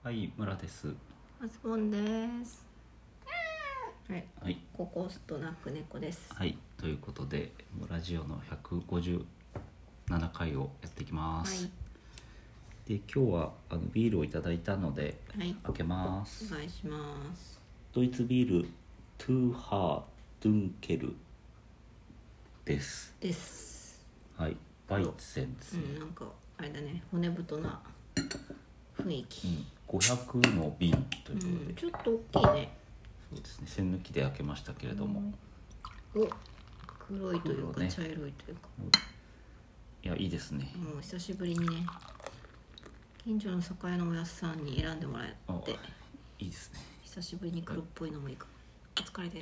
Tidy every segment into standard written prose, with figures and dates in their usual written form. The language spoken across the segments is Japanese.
はい、村です。 マスボンです。はい。 はい、 ココスとナック猫です。 はい、ということでラジオの157回をやっていきます。 はい。 で、今日はビールをいただいたので、 はい。 開けます。 お願いします。 ドイツビールトゥーハードゥンケルです。 です。 はい、バイツェンですね。 なんかあれだね、骨太な雰囲気。 500の瓶ということで、 ちょっと大きいね。 そうですね。栓抜きで開けましたけれども、 お、黒いというか、 黒ね、 茶色いというか。 いや、いいですね。 もう久しぶりにね、近所の酒屋のおやすさんに選んでもらって、 いいですね。 久しぶりに黒っぽいのもいいか。お疲れです。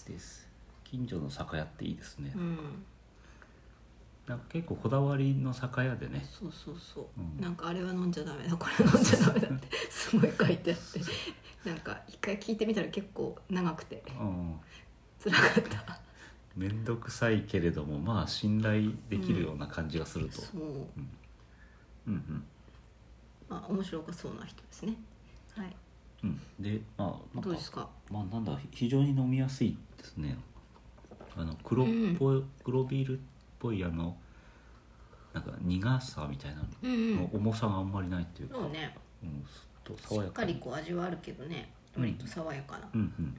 近所の酒屋っていいですね。 うん。 なんか結構こだわりの酒屋でね。 そうそうそう、 うん、 なんかあれは飲んじゃダメだ、これは飲んじゃダメだってすごい書いてあってなんか一回聞いてみたら結構長くて辛かっためんどくさいけれども、まあ信頼できるような感じがすると、 そう、まあ面白かそうな人ですね。はい。 で、まあどうですか。 まあなんだ、非常に飲みやすいですね。黒っぽい、黒ビールっぽいなんか苦さみたいなの、重さがあんまりないっていうか、 そうね、 爽やかにしっかりこう味はあるけどね、割と爽やかな、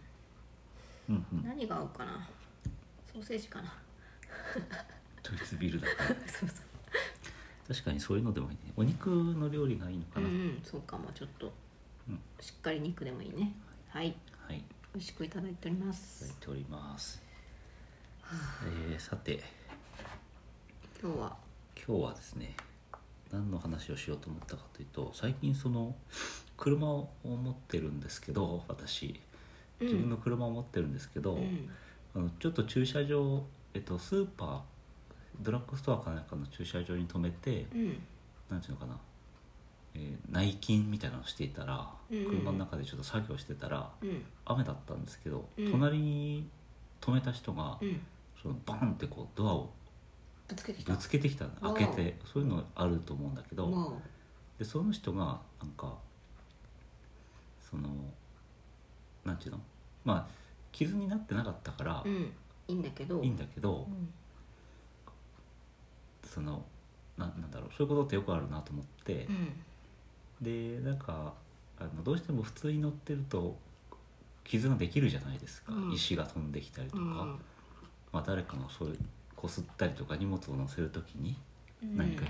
何が合うかな。ソーセージかなドイツビールだからそうそう、 確かにそういうのでもいいね。お肉の料理がいいのかな。 そうかも。ちょっとしっかり肉でもいいね。はい、 はい、 美味しくいただいております。 いただいております。さて今日はですね、何の話をしようと思ったかというと、最近車を持ってるんですけど、私自分の車を持ってるんですけど、ちょっと駐車場、スーパー、ドラッグストアかなんかの駐車場に止めて、なんていうのかな、内勤みたいなのをしていたら、車の中でちょっと作業してたら、雨だったんですけど、隣に止めた人が、そのバンってこうドアをぶつけてきた、開けて、そういうのあると思うんだけど、でその人がなんかなんていうの、まあ傷になってなかったから、 いいんだけど、 なんだろう、そういうことってよくあるなと思って、でなんかどうしても普通に乗ってると傷ができるじゃないですか、石が飛んできたりとか、まあ、誰かがそういうこすったりとか荷物を乗せるときに何か、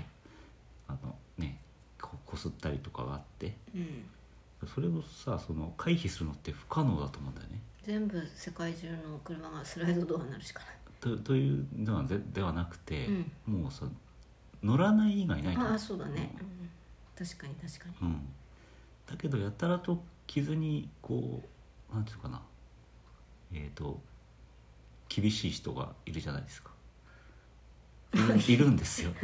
こすったりとかがあって、それをさ、回避するのって不可能だと思うんだよね。 全部世界中の車がスライドドアになるしかないというのはではなくて、もうさ、乗らない以外ないと思う。 そうだね、確かに、 だけどやたらと傷にこう、なんていうかな、厳しい人がいるじゃないですか。いるんですよ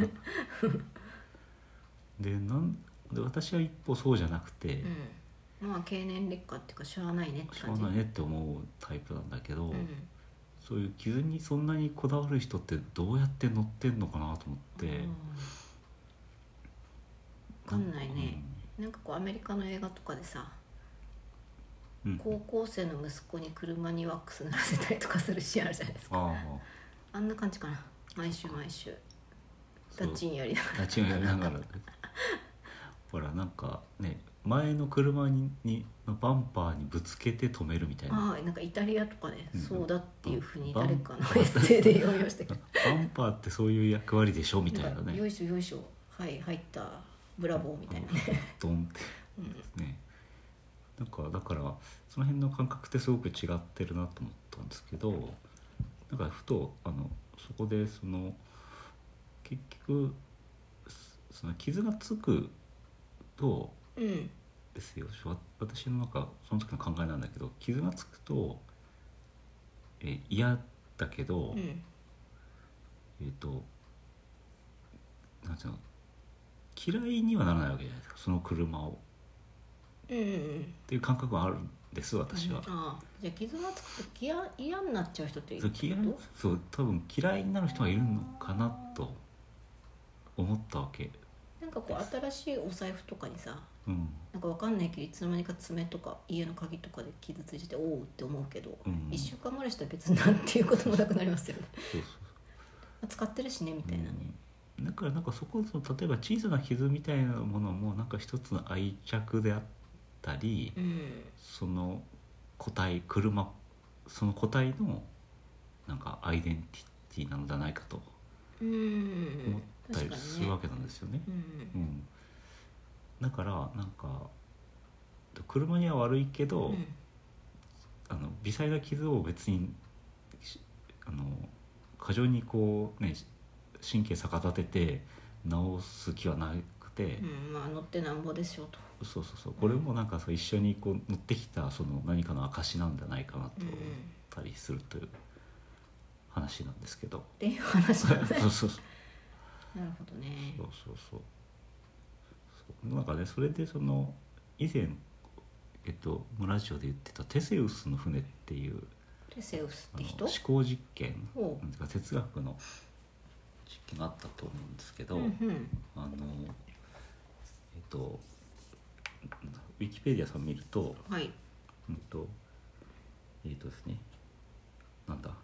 で私は一方そうじゃなくて、 まあ経年劣化っていうか、しょうがないねってしょ感じ。 うがないねって思うタイプなんだけど、そういう傷にそんなにこだわる人ってどうやって乗ってんのかなと思って、 分かんないね。なんかこうアメリカの映画とかでさ、高校生の息子に車にワックス塗らせたりとかするシーンあるじゃないですか。あんな感じかな。毎週ダッチンやりながらほら、なんかね、前の車のバンパーにぶつけて止めるみたいな。 なんかイタリアとかね、そうだっていうふうに誰かのエッセイで用意してバンパーってそういう役割でしょみたいなね。 よいしょよいしょ、はい入ったブラボーみたいなね、 ドンってね。だからその辺の感覚ってすごく違ってるなと思ったんですけど、なんかふとそこで結局傷がつくと、ですよ、私の中その時の考えなんだけど、傷がつくと嫌だけど、なんていうの、嫌いにはならないわけじゃないですか、その車を、っていう感覚はあるんです私は。 じゃあ傷がつくと嫌になっちゃう人っているってこと？ そう多分嫌いになる人がいるのかなと思ったわけ。 なんかこう新しいお財布とかにさ、 なんかわかんないけどいつの間にか爪とか家の鍵とかで傷ついてておうって思うけど、1週間ぐらいしたら別になんていうこともなくなりますよね。 そう使ってるしねみたいなね。 だからなんかそこ例えば小さな傷みたいなものもなんか一つの愛着であったり、その個体その個体のなんかアイデンティティなのではないかと思ったりするわけなんですよね。だからなんか車には悪いけど、微細な傷を別に過剰にこうね神経逆立てて治す気はなくて、 まあ乗ってなんぼでしょうと。 そうこれもなんか一緒にこう乗ってきたその何かの証なんじゃないかなと思ったりするという話なんですけど。 っていう話なんだね。 そうなるほどね。 そうなんかねそれでその以前ラジオで言ってたテセウスの船っていうテセウスって人？ 思考実験なんていうか哲学の実験があったと思うんですけど、ウィキペディアさん見ると、ですね、なんだ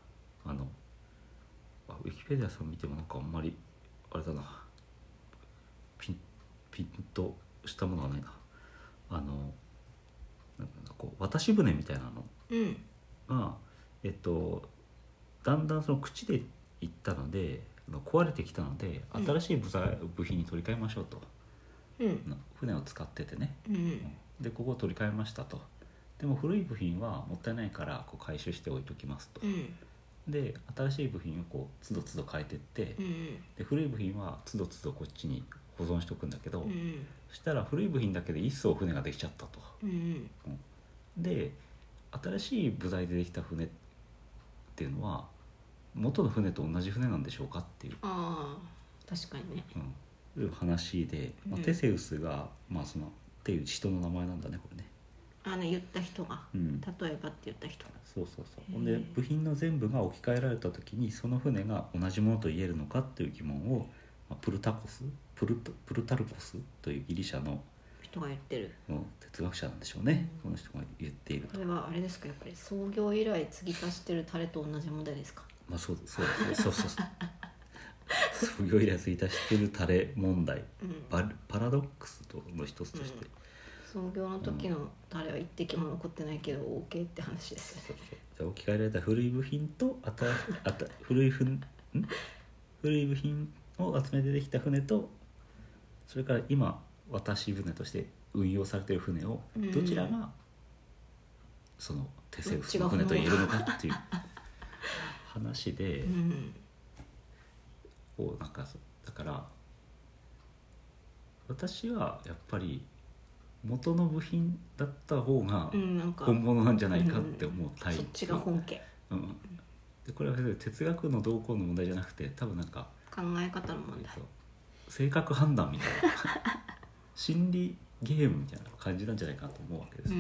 ウィキペディアさん見てもなんかあんまりあれだな、ピンとしたものがないな。なんかこう渡し船みたいなのが、だんだんその口で言ったので壊れてきたので新しい部品に取り替えましょうと、船を使っててね、でここを取り替えましたと。でも古い部品はもったいないからこう回収して置いときますと、で新しい部品をこうつどつど変えてって、で古い部品はつどつどこっちに保存しておくんだけど、そしたら古い部品だけで一艘船ができちゃったと、で新しい部材でできた船っていうのは元の船と同じ船なんでしょうかっていう、 確かにね、 いう話で、テセウスが、そのっていう人の名前なんだねこれね。 言った人が、例えばって言った人。 そうで部品の全部が置き換えられた時にその船が同じものと言えるのかっていう疑問を、プルタルコスというギリシャの人が言ってる、 哲学者なんでしょうね、この人が言っていると。 これはあれですか、やっぱり創業以来継ぎ足してるタレと同じ問題ですか。 そう創業以来継ぎ足してるタレ問題、パラドックスの一つとして、 創業の時のタレは一滴も残ってないけど OK って話ですよね。 じゃあ置き換えられた古い部品と古い部品を集めてできた船と、それから今渡し船として運用されている船をどちらがそのテセウスの船と言えるのかっていう話で、こうなんかだから私はやっぱり元の部品だった方が本物なんじゃないかって思うタイプ、 そっちが本家、 でこれは哲学の動向の問題じゃなくて、多分なんか考え方の問題、 性格判断みたいな心理ゲームみたいな感じなんじゃないかなと思うわけです。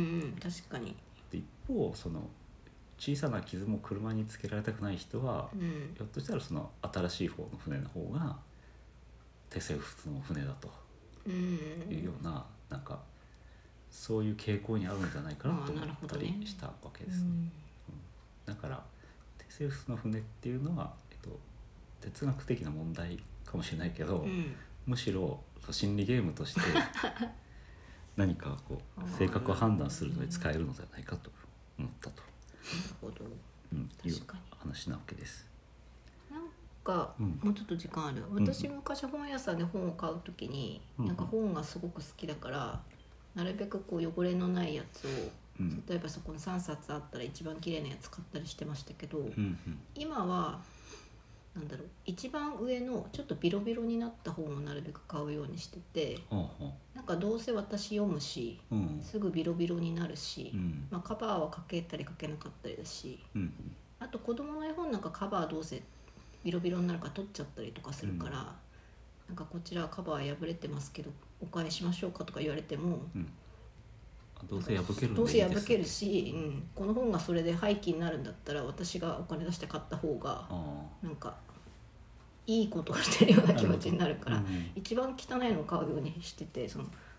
確かに。 で一方その小さな傷も車につけられたくない人は、ひょっとしたらその新しい方の船の方がテセウスの船だというような、なんかそういう傾向にあるんじゃないかなと思ったりしたわけです、だからテセウスの船っていうのは、哲学的な問題かもしれないけど、むしろ心理ゲームとして何かこう性格を判断するのに使えるのではないかと思ったと、いう話なわけです。 なんか、もうちょっと時間ある。私昔本屋さんで本を買うときに、なんか本がすごく好きだから、なるべくこう汚れのないやつを、例えばそこに3冊あったら一番綺麗なやつ買ったりしてましたけど、今はなんだろう、一番上のちょっとビロビロになった本をなるべく買うようにしてて、なんかどうせ私読むし、すぐビロビロになるし、カバーはかけたりかけなかったりだし、あと子供の絵本なんかカバーどうせビロビロになるから取っちゃったりとかするから、なんかこちらカバー破れてますけどお返ししましょうかとか言われても、 どうせ破けるどうせ破けるし、この本がそれで廃棄になるんだったら私がお金出して買った方がなんかいいことをしてるような気持ちになるから、一番汚いのを買うようにしてて、その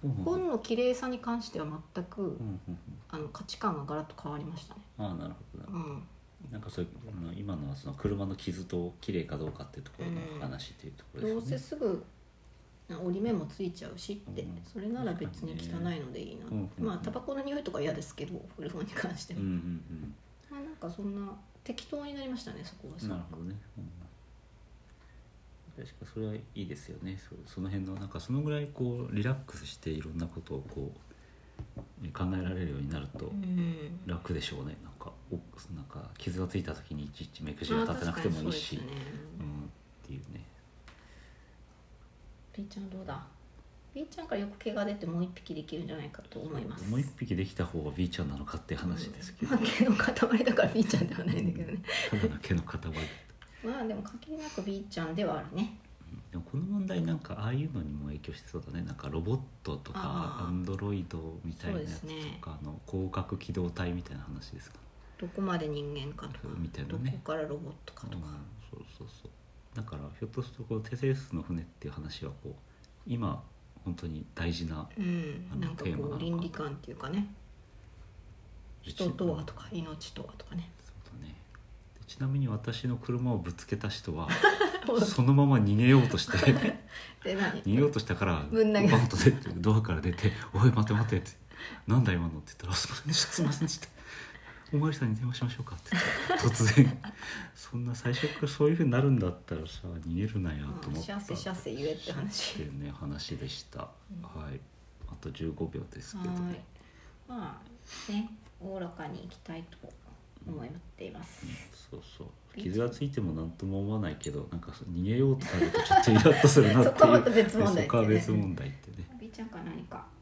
本の綺麗さに関しては全く、価値観がガラッと変わりましたね。 なるほど、なんかそういう今のはその車の傷と綺麗かどうかっていうところの話っていうところですね。 どうせすぐ折り目もついちゃうしって、それなら別に汚いのでいいな、まあタバコの匂いとか嫌ですけど古本に関しては、まあ、なんかそんな適当になりましたね、そこは。 なるほどね、確かそれはいいですよね。その辺のなんかそのぐらいこうリラックスしていろんなことをこう考えられるようになると楽でしょうね。なんか傷がついた時にいちいち目くじが立てなくてもいいし、っていうね。 B ちゃんどうだ？ B ちゃんからよく毛が出てもう一匹できるんじゃないかと思います。 もう一匹できた方が B ちゃんなのかっていう話ですけど、 毛の塊だから B ちゃんではないんだけどね。 ただの毛の塊まあでも限りなく B ちゃんではあるね。 でもこの問題なんかああいうのにも影響してそうだね。なんかロボットとかアンドロイドみたいなやつとか、広角機動隊みたいな話ですか。 どこまで人間かとかみたいなね、 どこからロボットかとか、 そうだからひょっとするとこうテセウスの船っていう話はこう今本当に大事な、 なんかこう倫理観っていうかね、人とはとか命とはとかね。 そうだね。ちなみに私の車をぶつけた人はそのまま逃げようとしてで逃げようとしたからぶん投げバンと出てドアから出て「おい待て待て」って「なんだ今の」って言ったら「すいませんでしたすいませんでしたおまわりさんに電話しましょうか」って突然そんな最初からそういう風になるんだったらさ逃げるなよと思った。 シャセ言えって話っていうね話でした、はい。あと15秒ですけど、 まあねおおらかに行きたいと思っています、 そう傷がついても何とも思わないけどなんか逃げようとされるとちょっとイラッとするなっていうそこはまた別問題ってね。 そこは別問題ってね。 B ちゃんから何か